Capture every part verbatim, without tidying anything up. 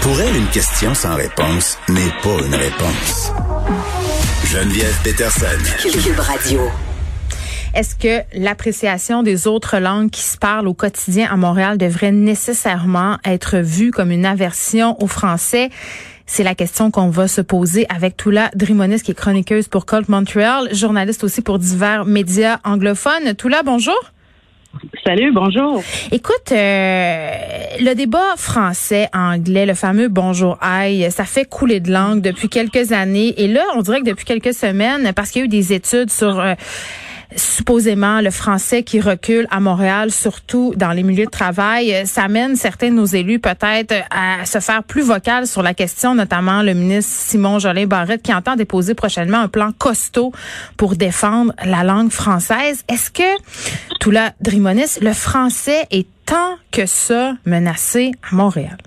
Pour elle, une question sans réponse n'est pas une réponse. Geneviève Peterson. Cube Radio. Est-ce que l'appréciation des autres langues qui se parlent au quotidien à Montréal devrait nécessairement être vue comme une aversion au français? C'est la question qu'on va se poser avec Toula Drimonis, qui est chroniqueuse pour Colt Montreal, journaliste aussi pour divers médias anglophones. Toula, bonjour. Salut, bonjour. Écoute, euh, le débat français-anglais, le fameux bonjour aïe, ça fait couler de langue depuis quelques années. Et là, on dirait que depuis quelques semaines, parce qu'il y a eu des études sur... Euh, supposément le français qui recule à Montréal, surtout dans les milieux de travail, ça amène certains de nos élus peut-être à se faire plus vocal sur la question, notamment le ministre Simon Jolin Barrette qui entend déposer prochainement un plan costaud pour défendre la langue française. Est-ce que, Toula Drimonis, le français est tant que ça menacé à Montréal?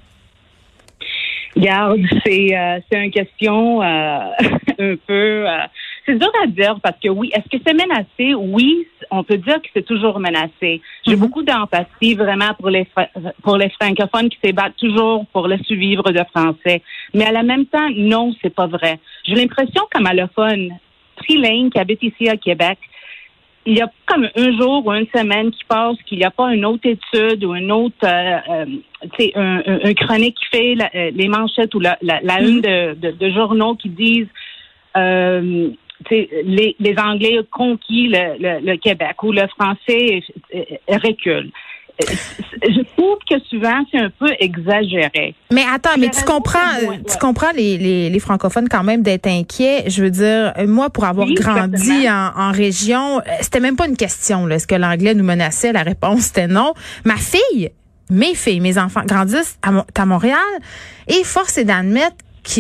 Regarde, c'est euh, c'est une question euh, un peu... Euh, c'est dur à dire parce que oui, est-ce que c'est menacé? Oui, on peut dire que c'est toujours menacé. J'ai mm-hmm. beaucoup d'empathie vraiment pour les pour les francophones qui se battent toujours pour le survivre de français. Mais à la même temps, non, c'est pas vrai. J'ai l'impression qu'un allophone trilingue qui habite ici à Québec, il y a comme un jour ou une semaine qui passe qu'il n'y a pas une autre étude ou une autre, euh, euh, tu sais, un, un, un chronique qui fait la, les manchettes ou la, la, la une de, de, de journaux qui disent euh, Les, les Anglais ont conquis le, le, le Québec ou le français recule. Je trouve que souvent, c'est un peu exagéré. Mais attends, mais tu comprends, tu comprends les, les, les francophones quand même d'être inquiets. Je veux dire, moi, pour avoir oui, grandi en, en région, c'était même pas une question. Là. Est-ce que l'anglais nous menaçait? La réponse, c'était non. Ma fille, mes filles, mes enfants grandissent à, à Montréal et force est d'admettre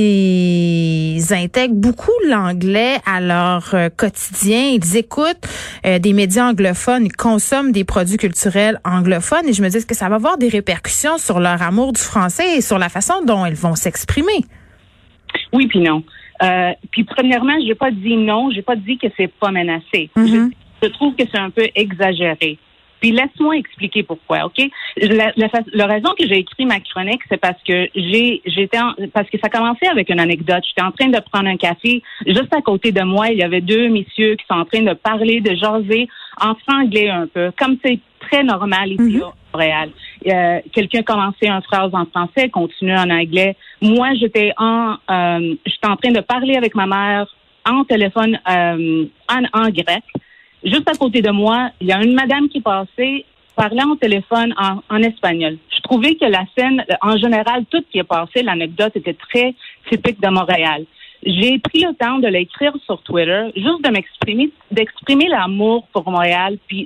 qu'ils intègrent beaucoup l'anglais à leur euh, quotidien. Ils écoutent euh, des médias anglophones, ils consomment des produits culturels anglophones et je me dis que ça va avoir des répercussions sur leur amour du français et sur la façon dont ils vont s'exprimer. Oui, puis non. Euh, puis premièrement, j'ai pas dit non, j'ai pas dit que c'est pas menacé. Mm-hmm. Je, je trouve que c'est un peu exagéré. Puis laisse-moi expliquer pourquoi, OK? La, la, la raison que j'ai écrit ma chronique, c'est parce que j'ai j'étais en, parce que ça commençait avec une anecdote. J'étais en train de prendre un café. Juste à côté de moi, il y avait deux messieurs qui sont en train de parler, de jaser en franglais un peu, comme c'est très normal ici mm-hmm. à Montréal. Euh, quelqu'un commençait une phrase en français, continuait en anglais. Moi, j'étais en euh, j'étais en train de parler avec ma mère en téléphone euh, en, en grec. Juste à côté de moi, il y a une madame qui passait, parlait au téléphone en, en espagnol. Je trouvais que la scène, en général, tout qui est passé, l'anecdote était très typique de Montréal. J'ai pris le temps de l'écrire sur Twitter, juste de m'exprimer, d'exprimer l'amour pour Montréal, puis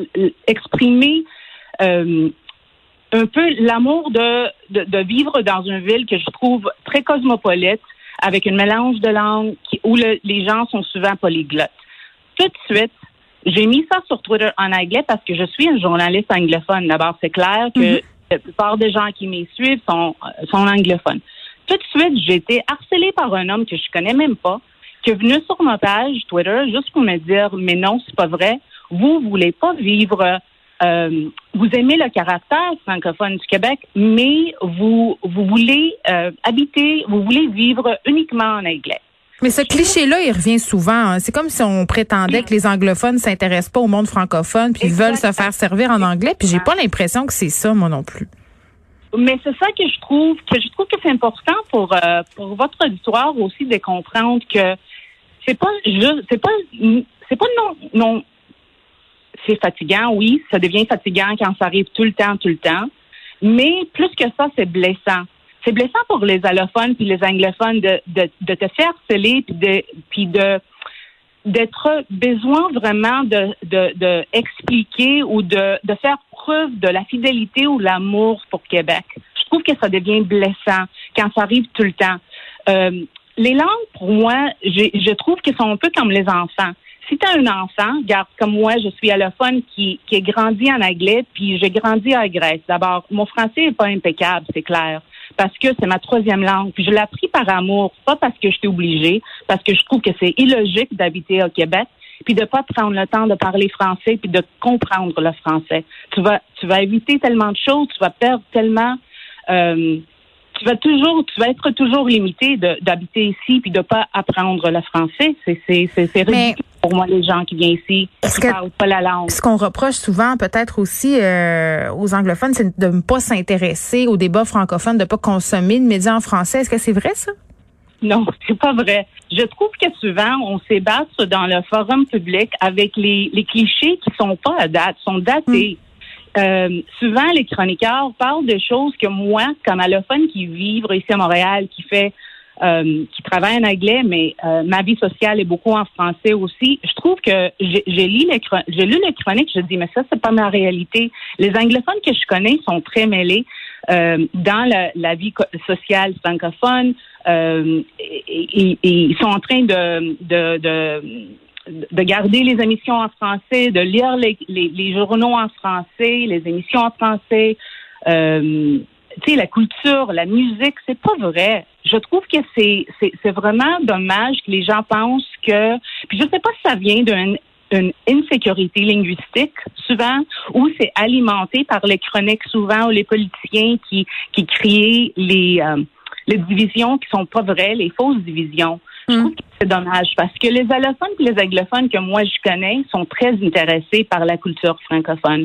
exprimer euh, un peu l'amour de, de, de vivre dans une ville que je trouve très cosmopolite, avec un mélange de langues qui, où le, les gens sont souvent polyglottes. Tout de suite, j'ai mis ça sur Twitter en anglais parce que je suis une journaliste anglophone. D'abord, c'est clair que mm-hmm. la plupart des gens qui m'y suivent sont, sont anglophones. Tout de suite, j'ai été harcelée par un homme que je connais même pas, qui est venu sur ma page Twitter juste pour me dire « Mais non, c'est pas vrai. Vous voulez pas vivre... Euh, vous aimez le caractère francophone du Québec, mais vous, vous voulez euh, habiter, vous voulez vivre uniquement en anglais. » Mais ce cliché-là, il revient souvent. Hein. C'est comme si on prétendait que les anglophones ne s'intéressent pas au monde francophone, puis ils veulent se faire servir en anglais. Puis j'ai pas l'impression que c'est ça, moi non plus. Mais c'est ça que je trouve que je trouve que c'est important pour euh, pour votre auditoire aussi de comprendre que c'est pas juste, c'est pas c'est pas non non c'est fatigant, oui, ça devient fatigant quand ça arrive tout le temps, tout le temps. Mais plus que ça, c'est blessant. C'est blessant pour les allophones puis les anglophones de, de, de te faire sceller puis de, puis de, d'être besoin vraiment de, de, de expliquer ou de, de faire preuve de la fidélité ou l'amour pour Québec. Je trouve que ça devient blessant quand ça arrive tout le temps. Euh, les langues, pour moi, j'ai, je trouve qu'elles sont un peu comme les enfants. Si tu as un enfant, regarde, comme moi, je suis allophone qui, qui est grandi en anglais, puis j'ai grandi en Grèce. D'abord, mon français n'est pas impeccable, c'est clair, parce que c'est ma troisième langue. Puis je l'ai appris par amour, pas parce que j'étais obligée, parce que je trouve que c'est illogique d'habiter au Québec, puis de pas prendre le temps de parler français, puis de comprendre le français. Tu vas, tu vas éviter tellement de choses, tu vas perdre tellement, euh, tu vas toujours, tu vas être toujours limité de, d'habiter ici puis de pas apprendre le français. C'est, c'est, c'est, c'est ridicule Mais pour moi, les gens qui viennent ici, qui ne parlent pas la langue. Ce qu'on reproche souvent, peut-être aussi euh, aux anglophones, c'est de ne pas s'intéresser aux débats francophones, de ne pas consommer de médias en français. Est-ce que c'est vrai, ça? Non, c'est pas vrai. Je trouve que souvent, on s'ébattre dans le forum public avec les, les clichés qui sont pas à date, sont datés. Mmh. Euh, souvent, les chroniqueurs parlent de choses que moi, comme allophone qui vit ici à Montréal, qui fait, euh, qui travaille en anglais, mais euh, ma vie sociale est beaucoup en français aussi. Je trouve que j'ai, j'ai, lu les, j'ai lu les chroniques, je dis, mais ça, c'est pas ma réalité. Les anglophones que je connais sont très mêlés euh, dans la, la vie sociale francophone. Euh, et, et, et ils sont en train de, de, de de garder les émissions en français, de lire les, les, les journaux en français, les émissions en français. Euh, tu sais, la culture, la musique, c'est pas vrai. Je trouve que c'est, c'est, c'est vraiment dommage que les gens pensent que... Puis je sais pas si ça vient d'une une insécurité linguistique, souvent, ou c'est alimenté par les chroniques, souvent, ou les politiciens qui, qui créent les, euh, les divisions qui sont pas vraies, les fausses divisions. Je trouve que c'est dommage parce que les allophones et les anglophones que moi je connais sont très intéressés par la culture francophone.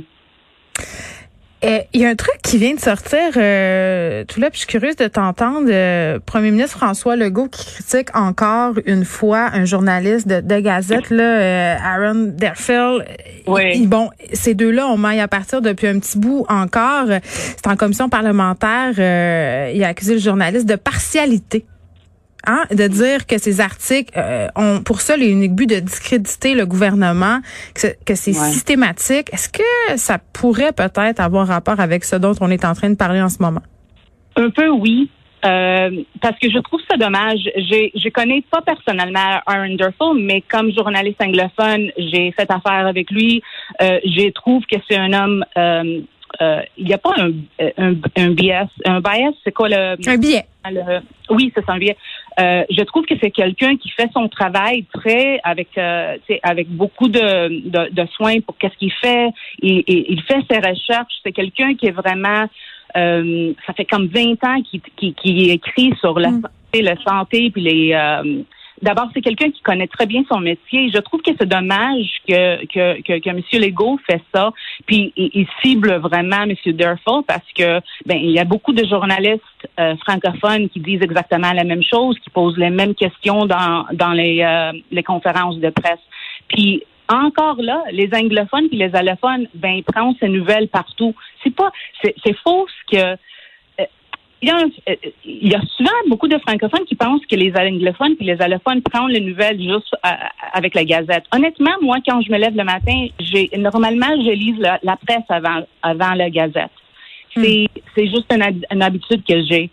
Il y a un truc qui vient de sortir, euh, tout là, puis je suis curieuse de t'entendre. Euh, Premier ministre François Legault qui critique encore une fois un journaliste de, de Gazette, là, euh, Aaron Derfield. Oui. Il, bon, ces deux-là, on maille à partir depuis un petit bout encore. C'est en commission parlementaire. Euh, il a accusé le journaliste de partialité. Hein, de dire que ces articles euh, ont pour seul et unique but de discréditer le gouvernement, que, c'est, que c'est ouais. systématique. Est-ce que ça pourrait peut-être avoir rapport avec ce dont on est en train de parler en ce moment? Un peu, oui. Euh, parce que je trouve ça dommage. J'ai, je connais pas personnellement Aaron Derfield, mais comme journaliste anglophone, j'ai fait affaire avec lui. Euh, je trouve que c'est un homme... Euh, euh, il n'y a pas un, un, un bias. Un bias, c'est quoi le... Un biais. Le, oui, c'est un biais. Euh, je trouve que c'est quelqu'un qui fait son travail très avec euh, avec beaucoup de, de, de soins pour qu'est-ce qu'il fait. Il, il, il fait ses recherches. C'est quelqu'un qui est vraiment... Euh, ça fait comme vingt ans qu'il, qu'il, qu'il écrit sur la santé, la santé puis les... Euh, D'abord, c'est quelqu'un qui connaît très bien son métier. Je trouve que c'est dommage que que que, que M. Legault fait ça, puis il, il cible vraiment M. Derfield parce que ben il y a beaucoup de journalistes euh, francophones qui disent exactement la même chose, qui posent les mêmes questions dans dans les euh, les conférences de presse. Puis encore là, les anglophones puis les allophones, ben ils prennent ces nouvelles partout. C'est pas c'est c'est faux ce que Il y, a un, il y a souvent beaucoup de francophones qui pensent que les anglophones puis les allophones prennent les nouvelles juste à, avec la Gazette. Honnêtement, moi, quand je me lève le matin, j'ai normalement, je lis la, la presse avant avant la Gazette. C'est, mm. c'est juste une, une habitude que j'ai.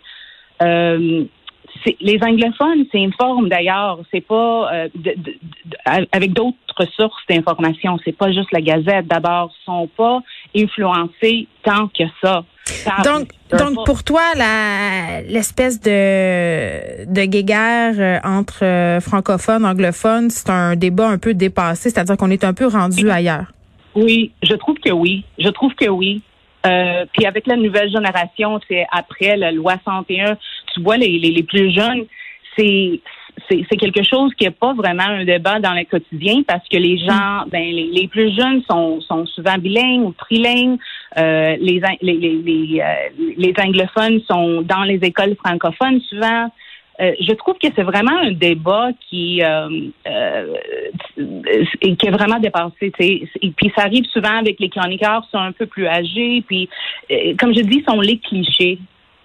Euh, c'est, les anglophones, c'est une forme d'ailleurs. C'est pas euh, de, de, de, avec d'autres sources d'information. C'est pas juste la Gazette. D'abord, ils sont pas influencés tant que ça. Donc, donc pour toi, la, l'espèce de, de guéguerre euh, entre euh, francophones, anglophones, c'est un débat un peu dépassé, c'est-à-dire qu'on est un peu rendu ailleurs. Oui, je trouve que oui. Je trouve que oui. Euh, puis avec la nouvelle génération, c'est après la loi cent et un, tu vois, les, les, les plus jeunes, c'est... C'est, c'est quelque chose qui n'est pas vraiment un débat dans le quotidien parce que les gens, ben les, les plus jeunes sont, sont souvent bilingues ou trilingues. Euh, les, les, les, les, euh, les anglophones sont dans les écoles francophones souvent. Euh, je trouve que c'est vraiment un débat qui euh, euh, qui est vraiment dépassé. T'sais. Et puis ça arrive souvent avec les chroniqueurs qui sont un peu plus âgés. Puis euh, comme je dis, sont les clichés.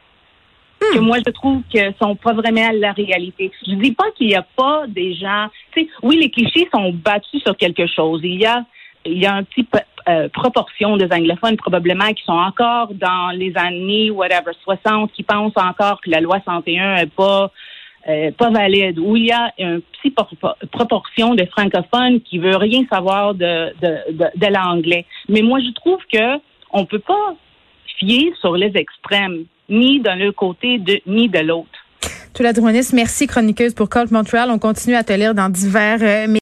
Que moi, je trouve que sont pas vraiment la réalité. Je dis pas qu'il y a pas des gens... Tu sais, oui, les clichés sont battus sur quelque chose. Il y a, il y a un petit euh, proportion des anglophones, probablement, qui sont encore dans les années, whatever, soixante, qui pensent encore que la loi cent et un est pas... Euh, pas valide, où il y a une petite por- proportion de francophones qui veut rien savoir de, de, de, de l'anglais. Mais moi, je trouve que on peut pas fier sur les extrêmes, ni d'un côté, de, ni de l'autre. Toula Drouin, merci, chroniqueuse pour Colt Montréal. On continue à te lire dans divers euh,